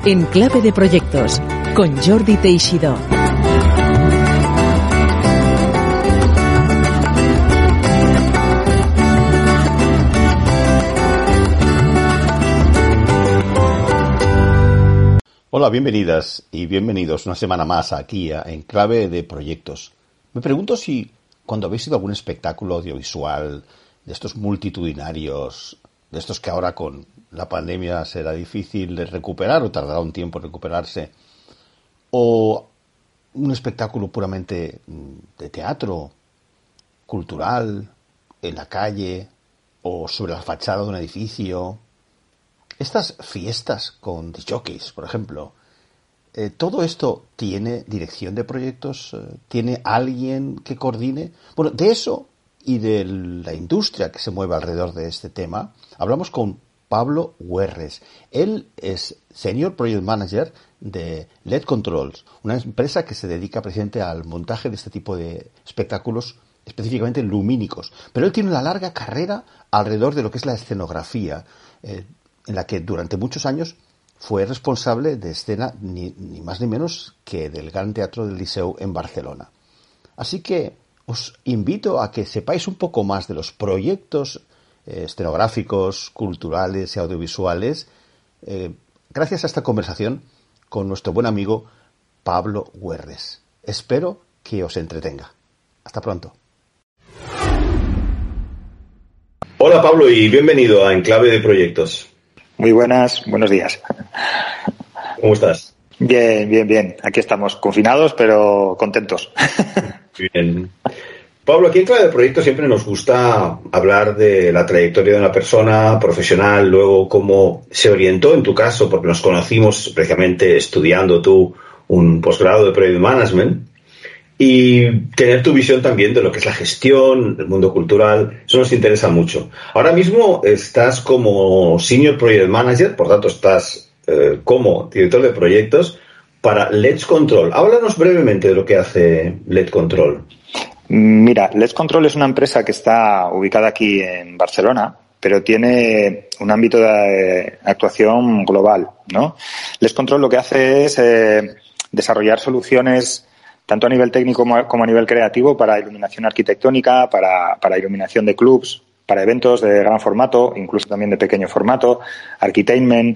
En Clave de Proyectos, con Jordi Teixidó. Hola, bienvenidas y bienvenidos una semana más aquí en Clave de Proyectos. Me pregunto si cuando habéis ido a algún espectáculo audiovisual de estos multitudinarios, de estos que ahora con la pandemia será difícil de recuperar o tardará un tiempo en recuperarse, o un espectáculo puramente de teatro, cultural, en la calle o sobre la fachada de un edificio. Estas fiestas con discjockeys, por ejemplo, ¿todo esto tiene dirección de proyectos? ¿Tiene alguien que coordine? Bueno, de eso y de la industria que se mueve alrededor de este tema, hablamos con Pablo Huerres. Él es Senior Project Manager de LED Controls, una empresa que se dedica precisamente al montaje de este tipo de espectáculos, específicamente lumínicos. Pero él tiene una larga carrera alrededor de lo que es la escenografía, en la que durante muchos años fue responsable de escena ni más ni menos que del Gran Teatro del Liceu en Barcelona. Así que os invito a que sepáis un poco más de los proyectos escenográficos, culturales y audiovisuales gracias a esta conversación con nuestro buen amigo Pablo Huerres. Espero que os entretenga. Hasta pronto. Hola Pablo y bienvenido a Enclave de Proyectos. Muy buenos días. ¿Cómo estás? Bien. Aquí estamos confinados, pero contentos. Bien. Pablo, aquí en Clave de Proyectos siempre nos gusta hablar de la trayectoria de una persona profesional, luego cómo se orientó en tu caso, porque nos conocimos precisamente estudiando tú un posgrado de Project Management, y tener tu visión también de lo que es la gestión, el mundo cultural, eso nos interesa mucho. Ahora mismo estás como Senior Project Manager, por tanto estás como director de proyectos para LED Control. Háblanos brevemente de lo que hace LED Control. Mira, LED Control es una empresa que está ubicada aquí en Barcelona, pero tiene un ámbito de actuación global, ¿no? LED Control lo que hace es desarrollar soluciones tanto a nivel técnico como a nivel creativo para iluminación arquitectónica, para iluminación de clubs, para eventos de gran formato, incluso también de pequeño formato, architainment.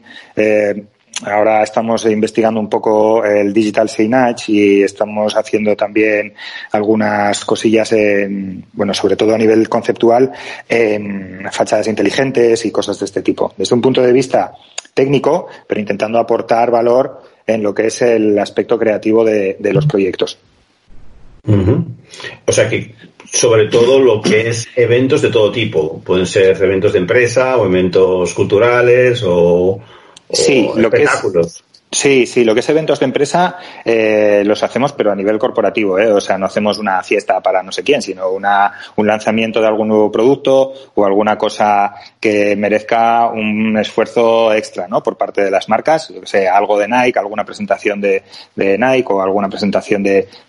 Ahora estamos investigando un poco el digital signage y estamos haciendo también algunas cosillas sobre todo a nivel conceptual, en fachadas inteligentes y cosas de este tipo. Desde un punto de vista técnico, pero intentando aportar valor en lo que es el aspecto creativo de los proyectos. Uh-huh. O sea que sobre todo lo que es eventos de todo tipo, pueden ser eventos de empresa o eventos culturales o espectáculos. Sí, lo que es eventos de empresa los hacemos, pero a nivel corporativo, o sea, no hacemos una fiesta para no sé quién, sino un lanzamiento de algún nuevo producto o alguna cosa que merezca un esfuerzo extra, ¿no? Por parte de las marcas, yo que sé, algo de Nike, alguna presentación de Nike o alguna presentación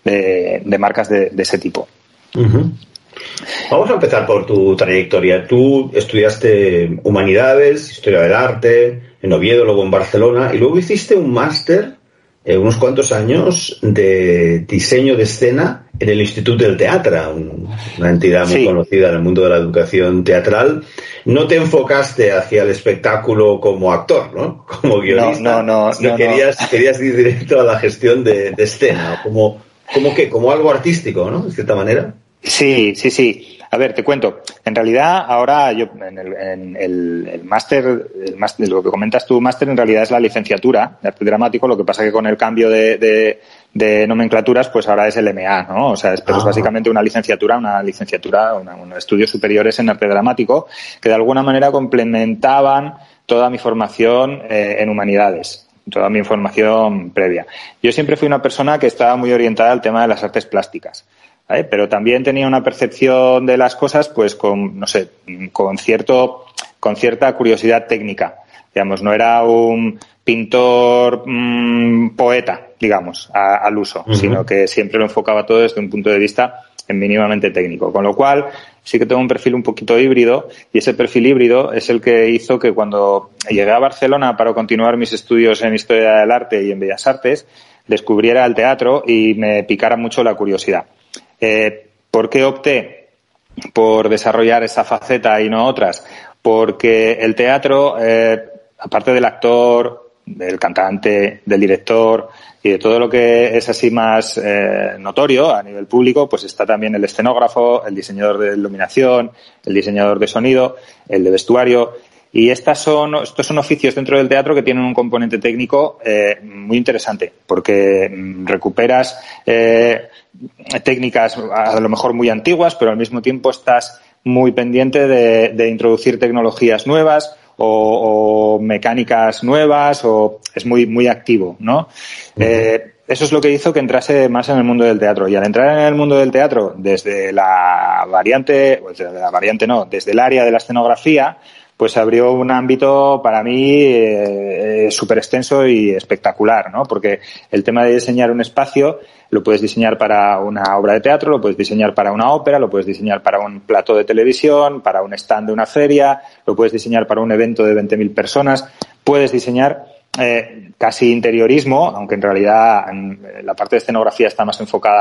de marcas de ese tipo. Uh-huh. Vamos a empezar por tu trayectoria. Tú estudiaste Humanidades, Historia del Arte, en Oviedo, luego en Barcelona, y luego hiciste un máster, unos cuantos años, de diseño de escena en el Institut del Teatre, una entidad muy conocida en el mundo de la educación teatral. No te enfocaste hacia el espectáculo como actor, ¿no? Como guionista. No. Querías ir directo a la gestión de escena, como algo artístico, ¿no? De cierta manera. Sí. A ver, te cuento. En realidad, ahora yo en el máster, lo que comentas tú, máster en realidad es la licenciatura de arte dramático. Lo que pasa que con el cambio de nomenclaturas, pues ahora es el MA, ¿no? O sea, pero es básicamente una licenciatura, unos estudios superiores en arte dramático que de alguna manera complementaban toda mi formación en humanidades, toda mi formación previa. Yo siempre fui una persona que estaba muy orientada al tema de las artes plásticas, ¿vale? Pero también tenía una percepción de las cosas, pues con cierta curiosidad técnica. Digamos, no era un pintor poeta, digamos, al uso, sino que siempre lo enfocaba todo desde un punto de vista mínimamente técnico. Con lo cual, sí que tengo un perfil un poquito híbrido, y ese perfil híbrido es el que hizo que cuando llegué a Barcelona para continuar mis estudios en Historia del Arte y en Bellas Artes, descubriera el teatro y me picara mucho la curiosidad. ¿Por qué opté por desarrollar esa faceta y no otras? Porque el teatro, aparte del actor, del cantante, del director y de todo lo que es así más notorio a nivel público, pues está también el escenógrafo, el diseñador de iluminación, el diseñador de sonido, el de vestuario. Y estos son oficios dentro del teatro que tienen un componente técnico muy interesante, porque recuperas técnicas a lo mejor muy antiguas, pero al mismo tiempo estás muy pendiente de introducir tecnologías nuevas o mecánicas nuevas, o es muy activo, ¿no? Eso es lo que hizo que entrase más en el mundo del teatro. Y al entrar en el mundo del teatro, desde el área de la escenografía, pues se abrió un ámbito para mí súper extenso y espectacular, ¿no? Porque el tema de diseñar un espacio lo puedes diseñar para una obra de teatro, lo puedes diseñar para una ópera, lo puedes diseñar para un plató de televisión, para un stand de una feria, lo puedes diseñar para un evento de 20.000 personas, puedes diseñar casi interiorismo, aunque en realidad la parte de escenografía está más enfocada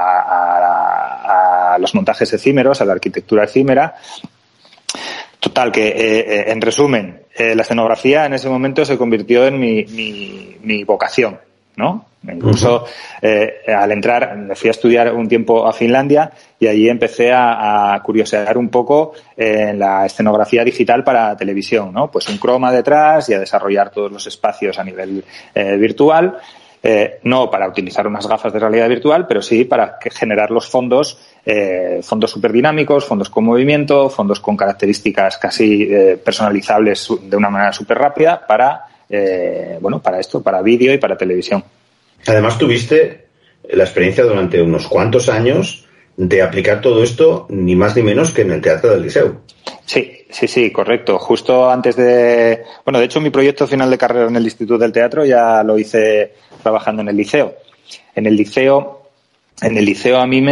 a los montajes efímeros, a la arquitectura efímera. Total, que en resumen, la escenografía en ese momento se convirtió en mi vocación, ¿no? Incluso al entrar, me fui a estudiar un tiempo a Finlandia y allí empecé a curiosear un poco en la escenografía digital para televisión, ¿no? Pues un croma detrás y a desarrollar todos los espacios a nivel virtual. No para utilizar unas gafas de realidad virtual, pero sí para generar los fondos superdinámicos, fondos con movimiento, fondos con características casi personalizables de una manera súper rápida para vídeo y para televisión. Además, tuviste la experiencia durante unos cuantos años de aplicar todo esto, ni más ni menos que en el Teatro del Liceu. Sí, correcto. Justo antes de hecho, mi proyecto final de carrera en el Instituto del Teatro ya lo hice trabajando en el Liceo. En el Liceo a mí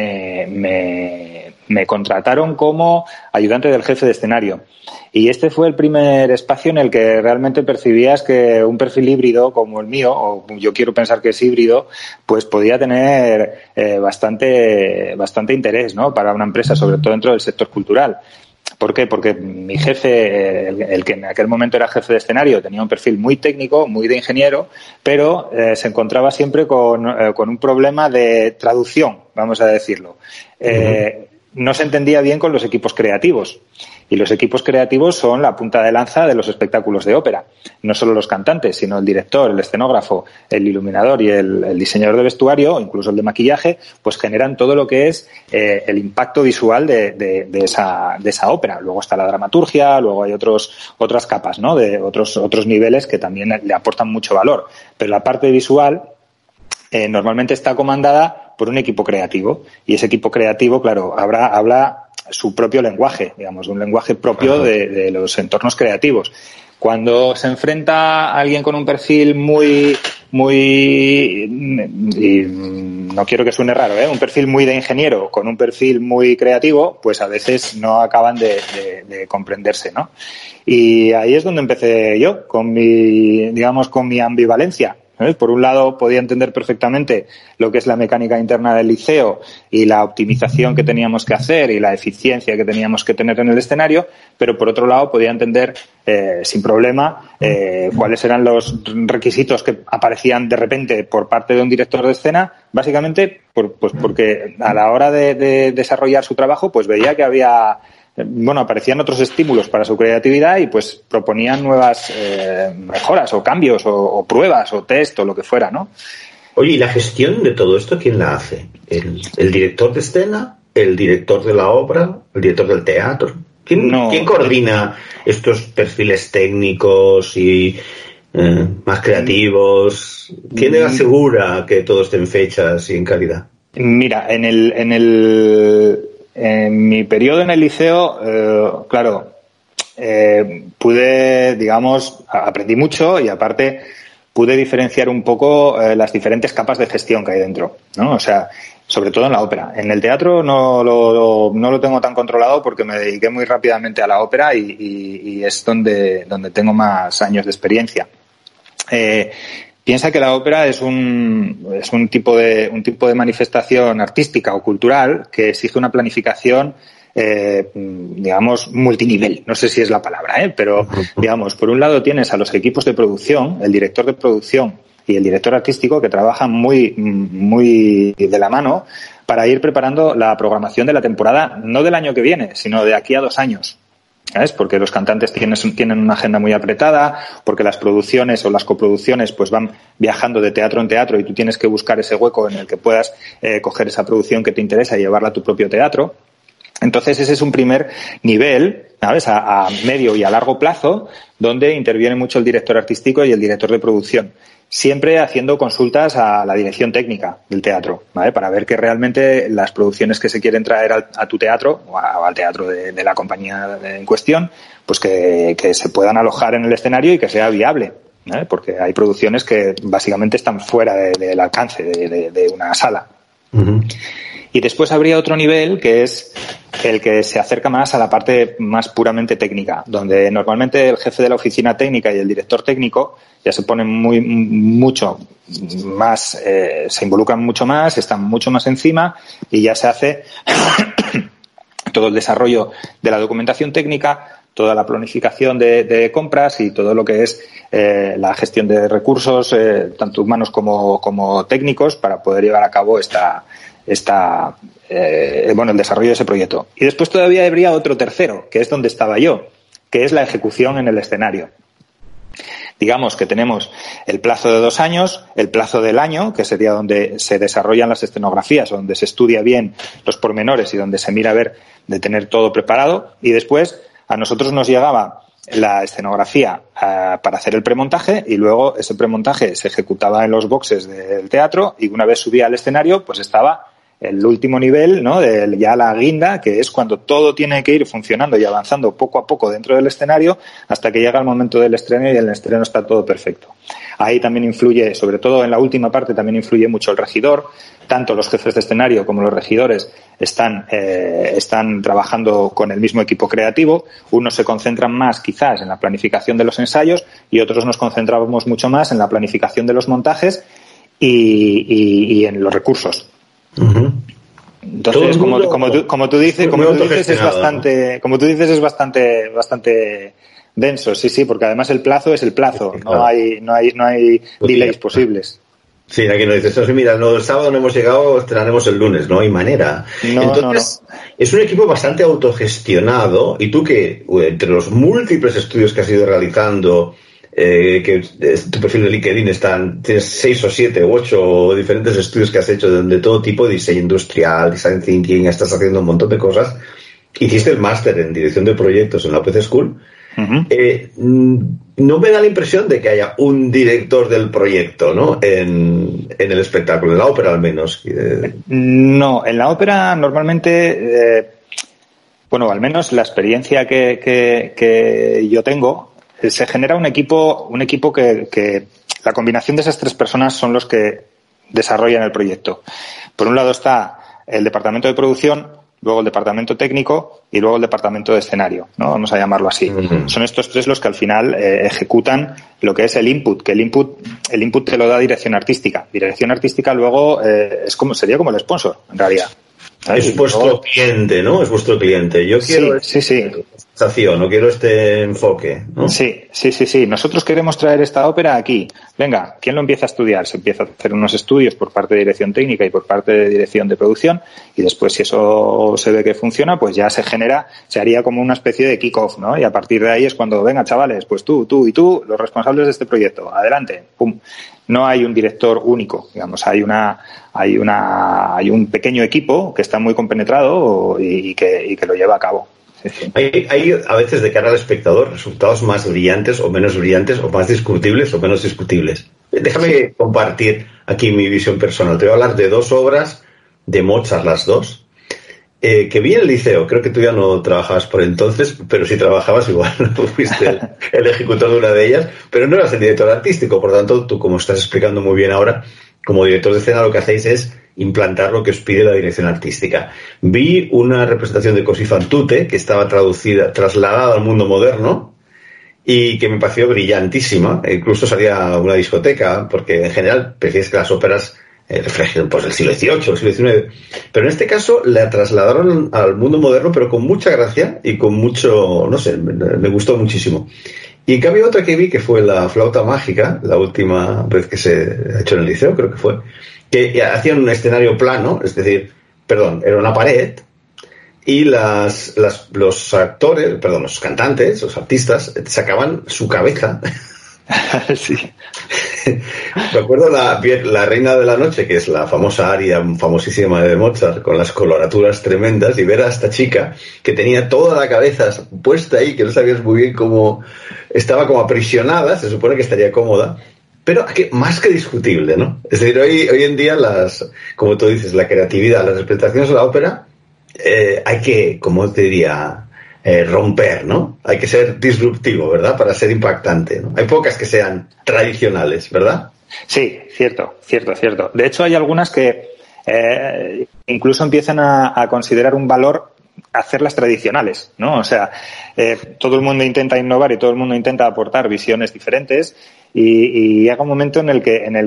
me contrataron como ayudante del jefe de escenario. Y este fue el primer espacio en el que realmente percibías que un perfil híbrido como el mío, o yo quiero pensar que es híbrido, pues podía tener bastante interés, ¿no? Para una empresa, sobre todo dentro del sector cultural. ¿Por qué? Porque mi jefe, el que en aquel momento era jefe de escenario, tenía un perfil muy técnico, muy de ingeniero, pero se encontraba siempre con un problema de traducción, vamos a decirlo. No se entendía bien con los equipos creativos. Y los equipos creativos son la punta de lanza de los espectáculos de ópera. No solo los cantantes, sino el director, el escenógrafo, el iluminador y el diseñador de vestuario, incluso el de maquillaje, pues generan todo lo que es el impacto visual de esa ópera. Luego está la dramaturgia, luego hay otras capas, ¿no? De otros niveles que también le aportan mucho valor. Pero la parte visual normalmente está comandada por un equipo creativo. Y ese equipo creativo, claro, habla su propio lenguaje, digamos, un lenguaje propio de los entornos creativos. Cuando se enfrenta a alguien con un perfil muy, y no quiero que suene raro, un perfil muy de ingeniero con un perfil muy creativo, pues a veces no acaban de comprenderse, ¿no? Y ahí es donde empecé yo, con mi ambivalencia. ¿Sabes? Por un lado, podía entender perfectamente lo que es la mecánica interna del liceo y la optimización que teníamos que hacer y la eficiencia que teníamos que tener en el escenario, pero por otro lado podía entender sin problema cuáles eran los requisitos que aparecían de repente por parte de un director de escena, básicamente porque a la hora de desarrollar su trabajo pues veía que aparecían otros estímulos para su creatividad y pues proponían nuevas mejoras o cambios o pruebas o test o lo que fuera, ¿no? Oye, ¿y la gestión de todo esto quién la hace? ¿El director de escena? ¿El director de la obra? ¿El director del teatro? ¿Quién coordina estos perfiles técnicos y más creativos? ¿Quién asegura que todo esté en fechas y en calidad? Mira, en mi periodo en el liceo, pude, aprendí mucho y aparte pude diferenciar un poco las diferentes capas de gestión que hay dentro, ¿no? O sea, Sobre todo en la ópera. En el teatro no lo tengo tan controlado porque me dediqué muy rápidamente a la ópera y es donde tengo más años de experiencia. Piensa que la ópera es un tipo de manifestación artística o cultural que exige una planificación digamos multinivel, no sé si es la palabra, pero digamos, por un lado tienes a los equipos de producción, el director de producción y el director artístico, que trabajan muy de la mano para ir preparando la programación de la temporada, no del año que viene, sino de aquí a 2 años. ¿Sabes? Porque los cantantes tienen una agenda muy apretada, porque las producciones o las coproducciones pues van viajando de teatro en teatro y tú tienes que buscar ese hueco en el que puedas coger esa producción que te interesa y llevarla a tu propio teatro. Entonces ese es un primer nivel, ¿sabes? A medio y a largo plazo, donde interviene mucho el director artístico y el director de producción. Siempre haciendo consultas a la dirección técnica del teatro, ¿vale? Para ver que realmente las producciones que se quieren traer a tu teatro o al teatro de la compañía en cuestión, pues que se puedan alojar en el escenario y que sea viable, ¿vale? Porque hay producciones que básicamente están fuera del alcance de una sala. Uh-huh. Y después habría otro nivel que es el que se acerca más a la parte más puramente técnica, donde normalmente el jefe de la oficina técnica y el director técnico ya se ponen mucho más, se involucran mucho más, están mucho más encima y ya se hace todo el desarrollo de la documentación técnica, toda la planificación de compras y todo lo que es la gestión de recursos, tanto humanos como técnicos, para poder llevar a cabo el desarrollo de ese proyecto. Y después todavía habría otro tercero, que es donde estaba yo, que es la ejecución en el escenario. Digamos que tenemos el plazo de 2 años, el plazo del año, que sería donde se desarrollan las escenografías, donde se estudia bien los pormenores y donde se mira a ver de tener todo preparado, y después a nosotros nos llegaba la escenografía para hacer el premontaje y luego ese premontaje se ejecutaba en los boxes del teatro y una vez subía al escenario pues estaba el último nivel, ¿no? De ya la guinda, que es cuando todo tiene que ir funcionando y avanzando poco a poco dentro del escenario hasta que llega el momento del estreno y el estreno está todo perfecto. Ahí también influye, sobre todo en la última parte, también influye mucho el regidor. Tanto los jefes de escenario como los regidores están trabajando con el mismo equipo creativo. Unos se concentran más quizás en la planificación de los ensayos y otros nos concentramos mucho más en la planificación de los montajes y en los recursos. Uh-huh. Entonces, como tú dices es bastante denso, sí, porque además el plazo es el plazo, no hay delays posibles. Sí, aquí nos dices, mira, el sábado no hemos llegado, estrenaremos el lunes, no hay manera. Entonces, es un equipo bastante autogestionado y tú que, entre los múltiples estudios que has ido realizando, que tu perfil de LinkedIn tienes 6 o 7 u 8 diferentes estudios que has hecho de todo tipo, de diseño industrial, design thinking, estás haciendo un montón de cosas. Hiciste el máster en dirección de proyectos en la UPC School. Uh-huh. No me da la impresión de que haya un director del proyecto, ¿no? En el espectáculo, en la ópera al menos. No, en la ópera normalmente, al menos la experiencia que yo tengo, se genera un equipo que la combinación de esas 3 personas son los que desarrollan el proyecto. Por un lado está el departamento de producción, luego el departamento técnico y luego el departamento de escenario, ¿no? Vamos a llamarlo así. Uh-huh. Son estos 3 los que al final ejecutan lo que es el input, que el input te lo da dirección artística. Dirección artística luego sería como el sponsor, en realidad. ¿Sabes? Es vuestro cliente, ¿no? Es vuestro cliente. Yo quiero sí. No quiero este enfoque, ¿no? Sí. Nosotros queremos traer esta ópera aquí. Venga, ¿quién lo empieza a estudiar? Se empieza a hacer unos estudios por parte de dirección técnica y por parte de dirección de producción y después, si eso se ve que funciona, pues ya se haría como una especie de kick-off, ¿no? Y a partir de ahí es cuando, venga, chavales, pues tú y tú, los responsables de este proyecto, adelante, pum. No hay un director único, digamos, hay un pequeño equipo que está muy compenetrado y que lo lleva a cabo. Sí. Hay a veces de cara al espectador resultados más brillantes o menos brillantes o más discutibles o menos discutibles. Déjame compartir aquí mi visión personal. Te voy a hablar de 2 obras de Mozart, las 2, que vi en el liceo. Creo que tú ya no trabajabas por entonces, pero si trabajabas igual fuiste el ejecutor de una de ellas, pero no eras el director artístico. Por tanto, tú, como estás explicando muy bien ahora, como director de escena lo que hacéis es implantar lo que os pide la dirección artística. Vi una representación de Così fan tutte que estaba trasladada al mundo moderno y que me pareció brillantísima. Incluso salía a una discoteca, porque en general prefieres que las óperas reflejen pues el siglo XVIII, el siglo XIX. Pero en este caso la trasladaron al mundo moderno, pero con mucha gracia y con mucho, no sé, me gustó muchísimo. Y en cambio otra que vi, que fue La flauta mágica, la última vez que se ha hecho en el liceo, creo que fue, que hacían un escenario plano, es decir, era una pared, y los actores, los cantantes, los artistas, sacaban su cabeza. Sí. Me acuerdo la Reina de la Noche, que es la famosa aria famosísima de Mozart, con las coloraturas tremendas, y ver a esta chica que tenía toda la cabeza puesta ahí, que no sabías muy bien cómo estaba, como aprisionada, se supone que estaría cómoda, pero más que discutible, ¿no? Es decir, hoy en día como tú dices, la creatividad, las representaciones de la ópera, hay que, como te diría, romper, ¿no? Hay que ser disruptivo, ¿verdad? Para ser impactante, ¿no? Hay pocas que sean tradicionales, ¿verdad? Sí, cierto. De hecho, hay algunas que incluso empiezan a considerar un valor hacerlas tradicionales, ¿no? O sea, todo el mundo intenta innovar y todo el mundo intenta aportar visiones diferentes y llega un momento en el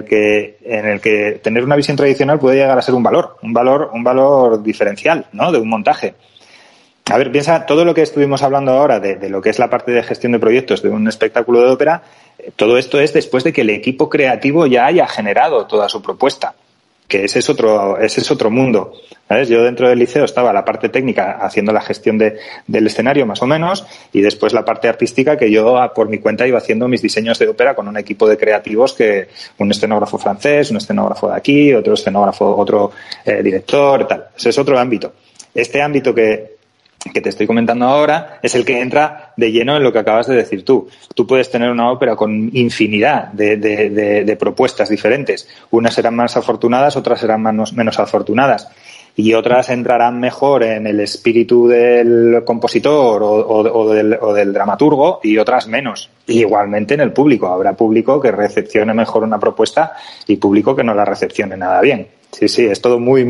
que tener una visión tradicional puede llegar a ser un valor diferencial, ¿no? De un montaje. A ver, piensa, todo lo que estuvimos hablando ahora de lo que es la parte de gestión de proyectos de un espectáculo de ópera, todo esto es después de que el equipo creativo ya haya generado toda su propuesta, que ese es otro mundo, ¿sabes? Yo dentro del liceo estaba la parte técnica haciendo la gestión del escenario más o menos, y después la parte artística que yo por mi cuenta iba haciendo mis diseños de ópera con un equipo de creativos, que un escenógrafo francés, un escenógrafo de aquí, otro escenógrafo, otro director, tal. Ese es otro ámbito. Este ámbito que te estoy comentando ahora es el que entra de lleno en lo que acabas de decir tú. Tú puedes tener una ópera con infinidad de propuestas diferentes. Unas serán más afortunadas, otras serán menos afortunadas. Y otras entrarán mejor en el espíritu del compositor o del dramaturgo, y otras menos. Y igualmente en el público. Habrá público que recepcione mejor una propuesta y público que no la recepcione nada bien. Sí, es todo muy,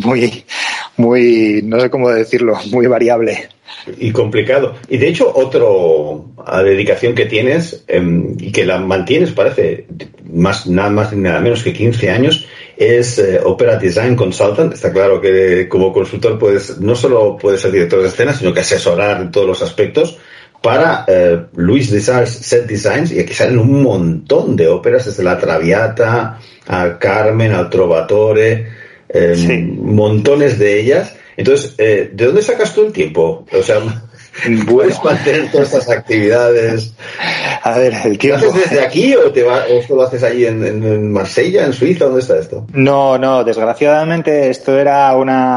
no sé cómo decirlo, muy variable. Y complicado. Y de hecho, otra dedicación que tienes, y que la mantienes, parece, nada más ni nada menos que 15 años, es Opera Design Consultant. Está claro que como consultor no solo puedes ser director de escena, sino que asesorar en todos los aspectos para Louis Desarts Set Designs, y aquí salen un montón de óperas, desde la Traviata a Carmen, al Trovatore, sí. Montones de ellas. Entonces, ¿de dónde sacas tú el tiempo? O sea, ¿puedes mantener todas estas actividades? A ver, el tiempo. ¿Lo haces desde aquí o esto lo haces allí en Marsella, en Suiza? ¿Dónde está esto? No, desgraciadamente esto era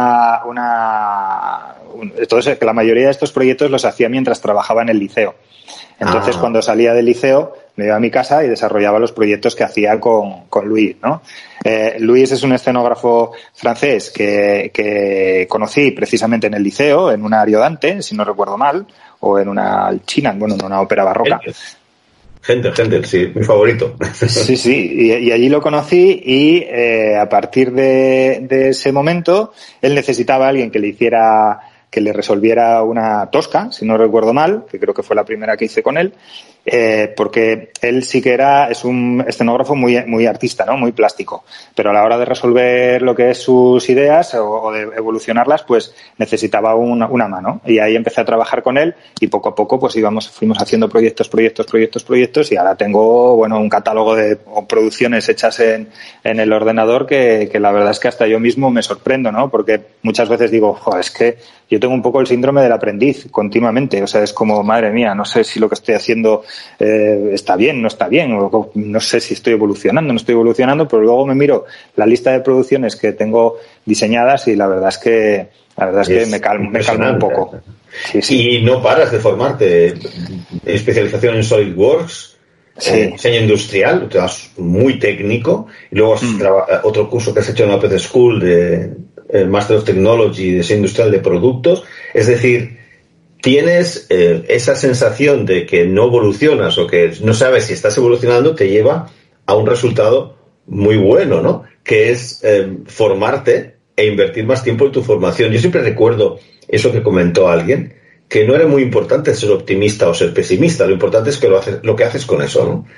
entonces, que la mayoría de estos proyectos los hacía mientras trabajaba en el liceo. Entonces, cuando salía del liceo, me iba a mi casa y desarrollaba los proyectos que hacía con Luis, ¿no? Luis es un escenógrafo francés que conocí precisamente en el liceo, en una Ariodante, si no recuerdo mal, o en una China, en una ópera barroca. Händel, sí, mi favorito. Sí, y allí lo conocí, y a partir de ese momento él necesitaba a alguien que le resolviera una Tosca, si no recuerdo mal, que creo que fue la primera que hice con él, porque él sí que es un escenógrafo muy artista, ¿no? Muy plástico, pero a la hora de resolver lo que es sus ideas o de evolucionarlas, pues necesitaba una mano, y ahí empecé a trabajar con él, y poco a poco pues fuimos haciendo proyectos, y ahora tengo un catálogo de producciones hechas en el ordenador que la verdad es que hasta yo mismo me sorprendo, ¿no? Porque muchas veces digo, es que yo tengo un poco el síndrome del aprendiz continuamente, o sea, es como, madre mía, no sé si lo que estoy haciendo está bien, no está bien, o no sé si estoy evolucionando, no estoy evolucionando, pero luego me miro la lista de producciones que tengo diseñadas y la verdad es que me calmo un poco. Sí. Y no paras de formarte, especialización en SolidWorks, diseño industrial, te vas muy técnico, y luego otro curso que has hecho en la Open School de Master of Technology, diseño industrial de productos. Es decir, tienes esa sensación de que no evolucionas o que no sabes si estás evolucionando, te lleva a un resultado muy bueno, ¿no? Que es formarte e invertir más tiempo en tu formación. Yo siempre recuerdo eso que comentó alguien, que no era muy importante ser optimista o ser pesimista, lo importante es que lo que haces con eso, ¿no?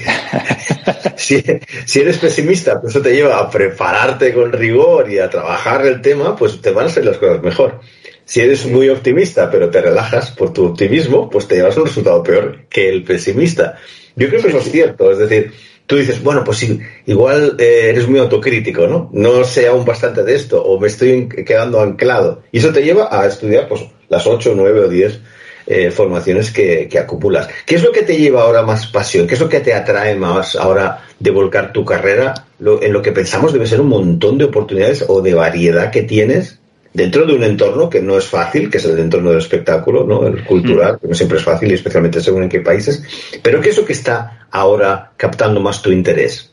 Si eres pesimista, pues eso te lleva a prepararte con rigor y a trabajar el tema, pues te van a salir las cosas mejor. Si eres muy optimista, pero te relajas por tu optimismo, pues te llevas un resultado peor que el pesimista. Yo creo que eso es cierto, es decir, tú dices, bueno, pues sí, igual eres muy autocrítico, ¿no? No sé aún bastante de esto, o me estoy quedando anclado. Y eso te lleva a estudiar, pues, las 8, 9 o 10 formaciones que acumulas. ¿Qué es lo que te lleva ahora más pasión? ¿Qué es lo que te atrae más ahora de volcar tu carrera en lo que pensamos debe ser un montón de oportunidades o de variedad que tienes dentro de un entorno que no es fácil, que es el entorno del espectáculo, ¿no? El cultural, que no siempre es fácil y especialmente según en qué países? Pero ¿qué es lo que está ahora captando más tu interés?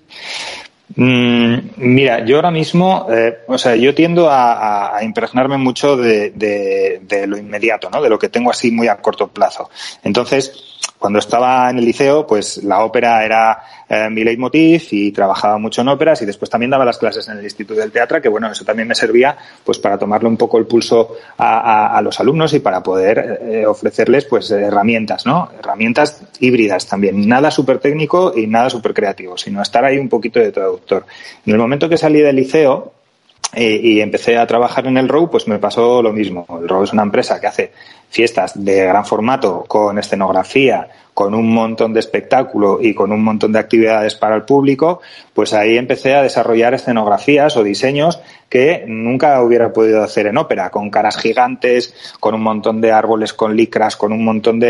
Mira, yo ahora mismo, yo tiendo a impregnarme mucho de lo inmediato, ¿no? De lo que tengo así muy a corto plazo. Entonces, cuando estaba en el liceo, pues la ópera era mi leitmotiv y trabajaba mucho en óperas y después también daba las clases en el Instituto del Teatro, que bueno, eso también me servía pues para tomarle un poco el pulso a los alumnos y para poder ofrecerles pues herramientas, ¿no? Herramientas híbridas también, nada súper técnico y nada súper creativo, sino estar ahí un poquito de traductor. En el momento que salí del liceo y empecé a trabajar en el ROW, pues me pasó lo mismo. El ROW es una empresa que hace fiestas de gran formato, con escenografía, con un montón de espectáculo y con un montón de actividades para el público. Pues ahí empecé a desarrollar escenografías o diseños que nunca hubiera podido hacer en ópera, con caras gigantes, con un montón de árboles con licras, con un montón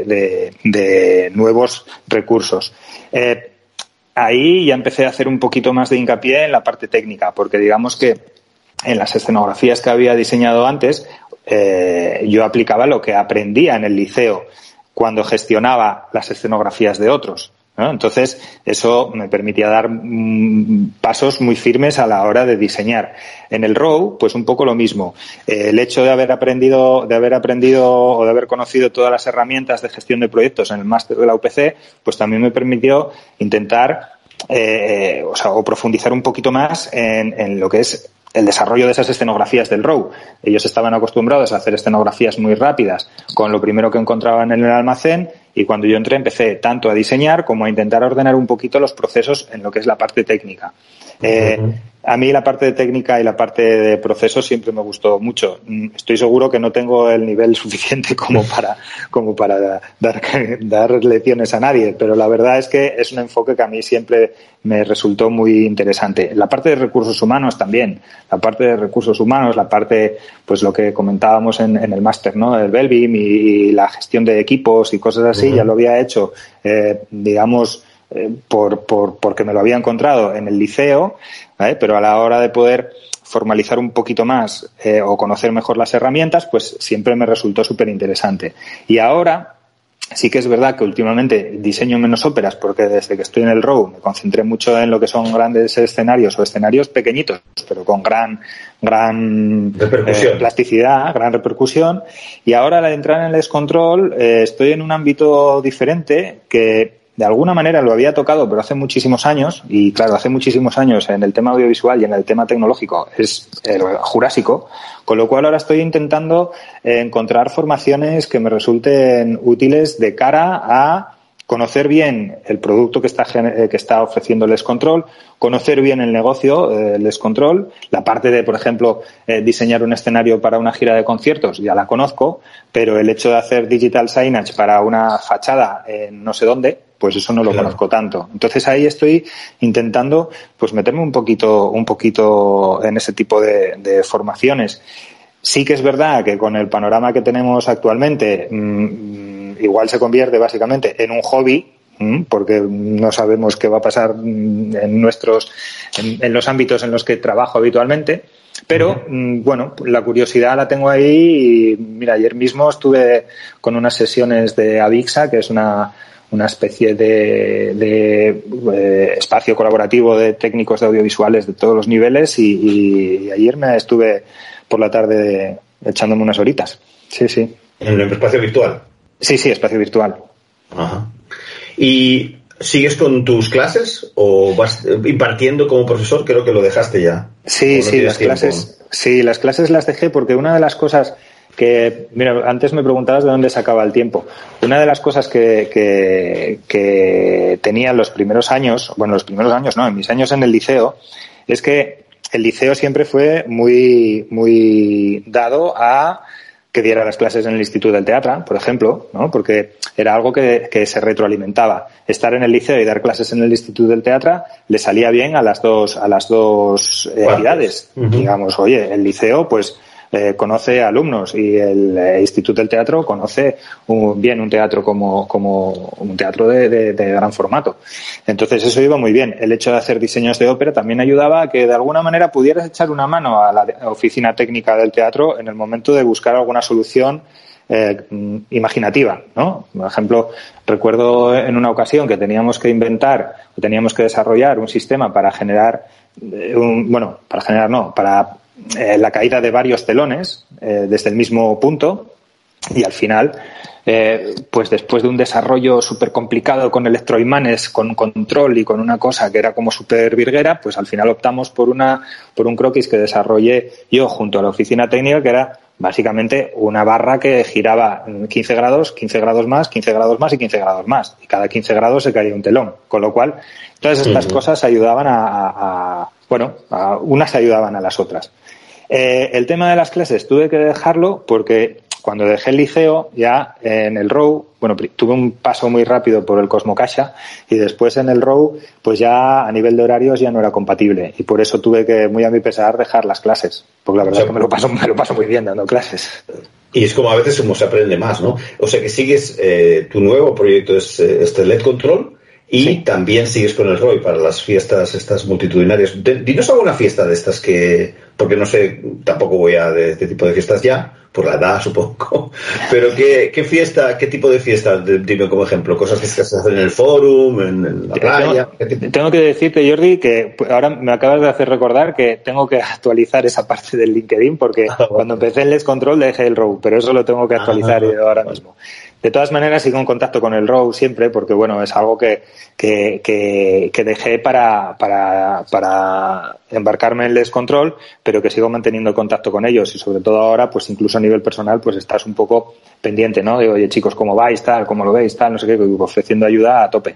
de nuevos recursos. Ahí ya empecé a hacer un poquito más de hincapié en la parte técnica, porque digamos que en las escenografías que había diseñado antes, yo aplicaba lo que aprendía en el liceo cuando gestionaba las escenografías de otros, ¿no? Entonces, eso me permitía dar pasos muy firmes a la hora de diseñar. En el ROW, pues un poco lo mismo. El hecho de haber aprendido o de haber conocido todas las herramientas de gestión de proyectos en el máster de la UPC, pues también me permitió intentar o profundizar un poquito más en lo que es el desarrollo de esas escenografías del ROW. Ellos estaban acostumbrados a hacer escenografías muy rápidas con lo primero que encontraban en el almacén, y cuando yo entré empecé tanto a diseñar como a intentar ordenar un poquito los procesos en lo que es la parte técnica. A mí la parte de técnica y la parte de procesos siempre me gustó mucho. Estoy seguro que no tengo el nivel suficiente como para dar lecciones a nadie, pero la verdad es que es un enfoque que a mí siempre me resultó muy interesante. La parte de recursos humanos también. La parte de recursos humanos, la parte, pues lo que comentábamos en el máster, ¿no? El Belbim y la gestión de equipos y cosas así, ya lo había hecho, porque me lo había encontrado en el liceo, ¿vale? Pero a la hora de poder formalizar un poquito más o conocer mejor las herramientas, pues siempre me resultó súper interesante. Y ahora sí que es verdad que últimamente diseño menos óperas, porque desde que estoy en el ROW me concentré mucho en lo que son grandes escenarios o escenarios pequeñitos, pero con gran plasticidad, gran repercusión. Y ahora al entrar en el Les Control estoy en un ámbito diferente que de alguna manera lo había tocado, pero hace muchísimos años, y claro, hace muchísimos años en el tema audiovisual y en el tema tecnológico es el Jurásico, con lo cual ahora estoy intentando encontrar formaciones que me resulten útiles de cara a conocer bien el producto que está ofreciendo Les Control, conocer bien el negocio Les Control, la parte de, por ejemplo, diseñar un escenario para una gira de conciertos, ya la conozco, pero el hecho de hacer digital signage para una fachada en no sé dónde, pues eso no lo conozco tanto. Entonces ahí estoy intentando pues meterme un poquito en ese tipo de formaciones. Sí que es verdad que con el panorama que tenemos actualmente, igual se convierte básicamente en un hobby, porque no sabemos qué va a pasar en los ámbitos en los que trabajo habitualmente. Pero, bueno, la curiosidad la tengo ahí y, mira, ayer mismo estuve con unas sesiones de Avixa, que es una especie de espacio colaborativo de técnicos de audiovisuales de todos los niveles y ayer me estuve por la tarde echándome unas horitas. Sí, sí. ¿En el espacio virtual? Sí, espacio virtual. Ajá. Y ¿Sigues con tus clases o vas impartiendo como profesor? Creo que lo dejaste ya. Sí, las clases las dejé porque una de las cosas que, mira, antes me preguntabas de dónde sacaba el tiempo. Una de las cosas que tenía en los primeros años, en mis años en el liceo, es que el liceo siempre fue muy dado a que diera las clases en el Instituto del Teatro, por ejemplo, ¿no? Porque era algo que se retroalimentaba. Estar en el liceo y dar clases en el Instituto del Teatro le salía bien a las dos entidades. Uh-huh. Digamos, oye, el liceo, pues, conoce alumnos y el Instituto del Teatro conoce bien un teatro como un teatro de gran formato. Entonces eso iba muy bien. El hecho de hacer diseños de ópera también ayudaba a que de alguna manera pudieras echar una mano a la oficina técnica del teatro en el momento de buscar alguna solución imaginativa, ¿no? Por ejemplo, recuerdo en una ocasión que teníamos que desarrollar un sistema para la caída de varios telones desde el mismo punto, y al final pues después de un desarrollo súper complicado con electroimanes, con control y con una cosa que era como súper virguera, pues al final optamos por un croquis que desarrollé yo junto a la oficina técnica, que era básicamente una barra que giraba 15 grados, 15 grados más, 15 grados más y 15 grados más, y cada 15 grados se caía un telón, con lo cual todas estas cosas ayudaban unas ayudaban a las otras. El tema de las clases tuve que dejarlo porque cuando dejé el liceo ya en el ROU, tuve un paso muy rápido por el Cosmocaixa y después en el ROU pues ya a nivel de horarios ya no era compatible y por eso tuve que, muy a mi pesar, dejar las clases, porque la verdad es que me lo paso muy bien dando clases. Y es como a veces se aprende más, ¿no? O sea que sigues, tu nuevo proyecto es LED Control. Y sí, también sigues con el ROI para las fiestas estas multitudinarias. Dinos alguna fiesta de estas porque no sé, tampoco voy a de este tipo de fiestas ya, por la edad supongo, pero ¿qué tipo de fiesta? Dime como ejemplo, cosas que se hacen en el fórum, en la playa. Tengo que decirte, Jordi, que ahora me acabas de hacer recordar que tengo que actualizar esa parte del LinkedIn porque cuando empecé en Let's Control dejé el ROW, pero eso lo tengo que actualizar ahora mismo. De todas maneras, sigo en contacto con el ROW siempre porque, es algo que dejé para embarcarme en Let's Control, pero que sigo manteniendo contacto con ellos y, sobre todo ahora, pues incluso a nivel personal, pues estás un poco pendiente, ¿no? De, oye, chicos, ¿cómo vais? Tal, ¿cómo lo veis? Tal, no sé qué, ofreciendo ayuda a tope.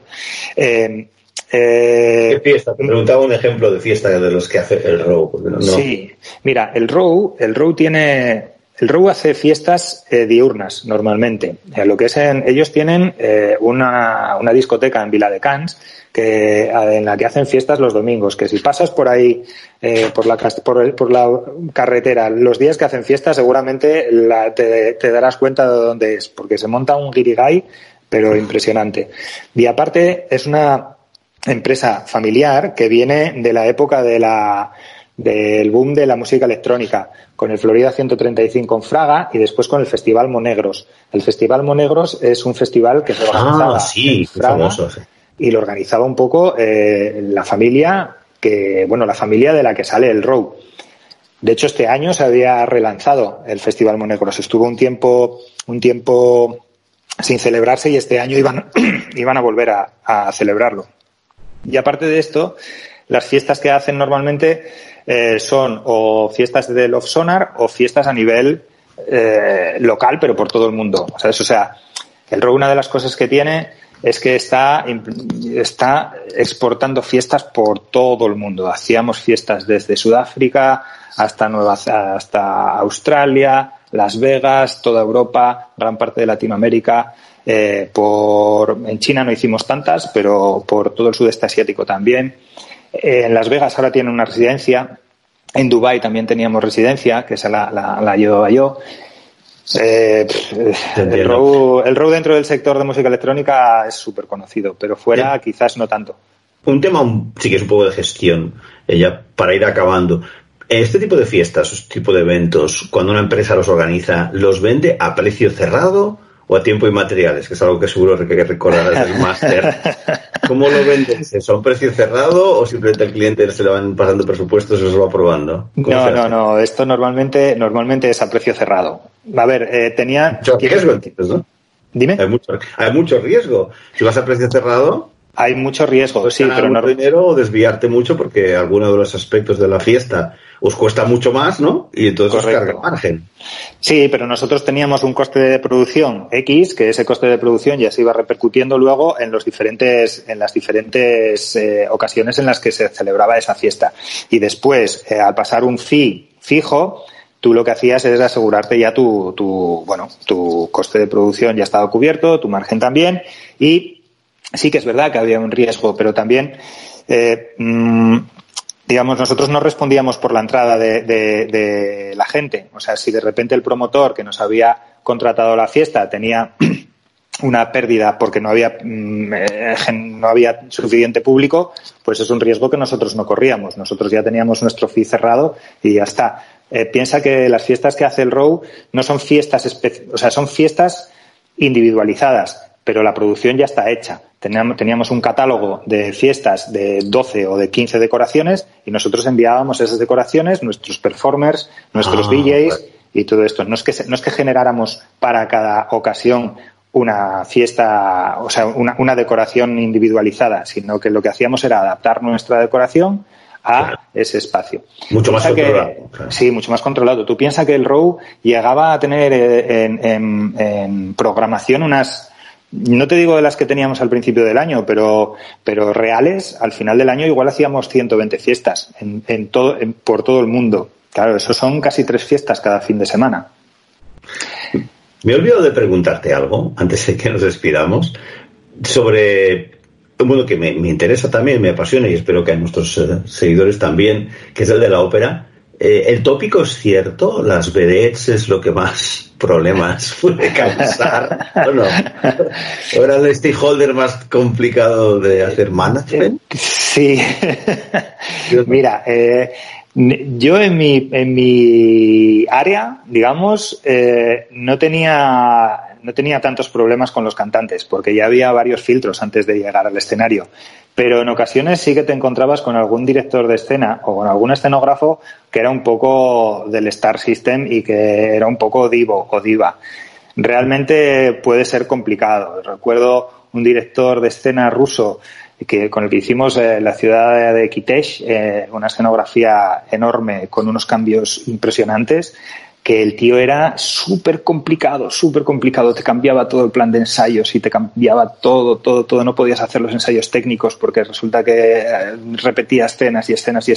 ¿Qué fiesta? Te preguntaba un ejemplo de fiesta de los que hace el ROW. No. Sí, mira, el ROW hace fiestas diurnas normalmente. Ellos tienen una discoteca en Viladecans en la que hacen fiestas los domingos, que si pasas por ahí por la carretera los días que hacen fiestas seguramente te darás cuenta de dónde es, porque se monta un guirigay pero impresionante. Y aparte es una empresa familiar que viene de la época del boom de la música electrónica, con el Florida 135 en Fraga y después con el Festival Monegros. El Festival Monegros es un festival que se organizaba en Fraga, famoso, sí. Y lo organizaba un poco la familia de la que sale el ROW. De hecho, este año se había relanzado el Festival Monegros. Estuvo un tiempo sin celebrarse y este año iban a volver a celebrarlo. Y aparte de esto, las fiestas que hacen normalmente son o fiestas de Love Sonar o fiestas a nivel local, pero por todo el mundo. ¿Sabes? O sea, el ROW, una de las cosas que tiene es que está exportando fiestas por todo el mundo. Hacíamos fiestas desde Sudáfrica hasta Australia, Las Vegas, toda Europa, gran parte de Latinoamérica. En China no hicimos tantas, pero por todo el sudeste asiático también. En Las Vegas ahora tienen una residencia. En Dubái también teníamos residencia, que esa la llevaba yo. El ROW dentro del sector de música electrónica es súper conocido, pero fuera quizás no tanto. Un tema, sí que es un poco de gestión, ya para ir acabando. Este tipo de fiestas, este tipo de eventos, cuando una empresa los organiza, ¿los vende a precio cerrado o a tiempo y materiales? Que es algo que seguro que recordarás del máster. ¿Cómo lo vendes? ¿Es a un precio cerrado o simplemente al cliente se le van pasando presupuestos y se lo va probando? No. Esto normalmente es a precio cerrado. A ver, tenía... Mucho riesgo, entonces, ¿no? Dime. Hay mucho riesgo. Si vas a precio cerrado, Hay mucho riesgo, sí, pero no dinero o desviarte mucho porque alguno de los aspectos de la fiesta os cuesta mucho más, ¿no? Y entonces os carga margen. Sí, pero nosotros teníamos un coste de producción X, que ese coste de producción ya se iba repercutiendo luego en las diferentes ocasiones en las que se celebraba esa fiesta. Y después, al pasar un fee fijo, tú lo que hacías es asegurarte ya tu coste de producción ya estaba cubierto, tu margen también, y sí que es verdad que había un riesgo, pero también, digamos, nosotros no respondíamos por la entrada de la gente. O sea, si de repente el promotor que nos había contratado la fiesta tenía una pérdida porque no había suficiente público, pues es un riesgo que nosotros no corríamos. Nosotros ya teníamos nuestro fee cerrado y ya está. Piensa que las fiestas que hace el Row no son fiestas son fiestas individualizadas, pero la producción ya está hecha. Teníamos un catálogo de fiestas de 12 o de 15 decoraciones y nosotros enviábamos esas decoraciones, nuestros performers, nuestros DJs y todo esto. No es que generáramos para cada ocasión una fiesta, o sea, una decoración individualizada, sino que lo que hacíamos era adaptar nuestra decoración a ese espacio. Mucho más controlado. Sí, mucho más controlado. Tú piensas que el Row llegaba a tener en programación unas, no te digo de las que teníamos al principio del año, pero reales, al final del año igual hacíamos 120 fiestas por todo el mundo. Claro, eso son casi 3 fiestas cada fin de semana. Me he olvidado de preguntarte algo, antes de que nos despidamos, sobre un mundo que me interesa también, me apasiona y espero que a nuestros seguidores también, que es el de la ópera. ¿El tópico es cierto? ¿Las vedettes es lo que más problemas puede causar? ¿O no? ¿O era el stakeholder más complicado de hacer management? Sí. Mira, yo en mi área, digamos, no tenía tantos problemas con los cantantes, porque ya había varios filtros antes de llegar al escenario. Pero en ocasiones sí que te encontrabas con algún director de escena o con algún escenógrafo que era un poco del Star System y que era un poco divo o diva. Realmente puede ser complicado. Recuerdo un director de escena ruso con el que hicimos la ciudad de Kitesh, una escenografía enorme con unos cambios impresionantes, que el tío era súper complicado, te cambiaba todo el plan de ensayos y te cambiaba todo, no podías hacer los ensayos técnicos porque resulta que repetía escenas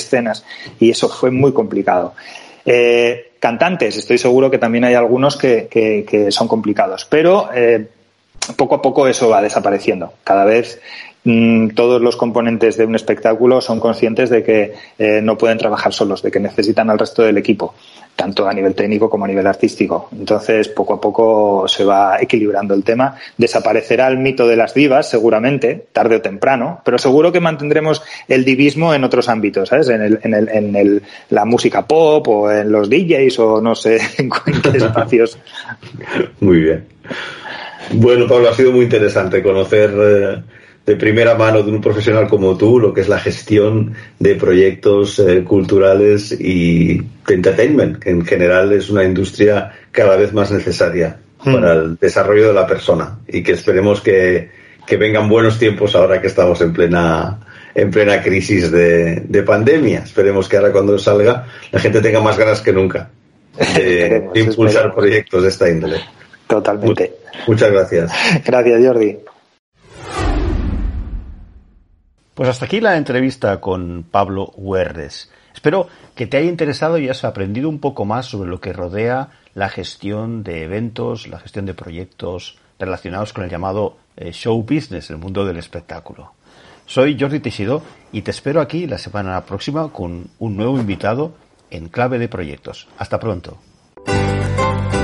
y eso fue muy complicado. Cantantes, estoy seguro que también hay algunos que son complicados, pero poco a poco eso va desapareciendo. Cada vez todos los componentes de un espectáculo son conscientes de que no pueden trabajar solos, de que necesitan al resto del equipo, tanto a nivel técnico como a nivel artístico. Entonces, poco a poco se va equilibrando el tema. Desaparecerá el mito de las divas, seguramente, tarde o temprano, pero seguro que mantendremos el divismo en otros ámbitos, ¿sabes? En la música pop o en los DJs o no sé en qué espacios. Muy bien. Bueno, Pablo, ha sido muy interesante conocer de primera mano de un profesional como tú lo que es la gestión de proyectos culturales y de entertainment, que en general es una industria cada vez más necesaria para el desarrollo de la persona y que esperemos que vengan buenos tiempos ahora que estamos en plena crisis de pandemia. Esperemos que ahora cuando salga la gente tenga más ganas que nunca de impulsar proyectos de esta índole. Totalmente. Muchas gracias. Gracias, Jordi. Pues hasta aquí la entrevista con Pablo Huerres. Espero que te haya interesado y hayas aprendido un poco más sobre lo que rodea la gestión de eventos, la gestión de proyectos relacionados con el llamado show business, el mundo del espectáculo. Soy Jordi Teixidó y te espero aquí la semana próxima con un nuevo invitado en Clave de Proyectos. Hasta pronto.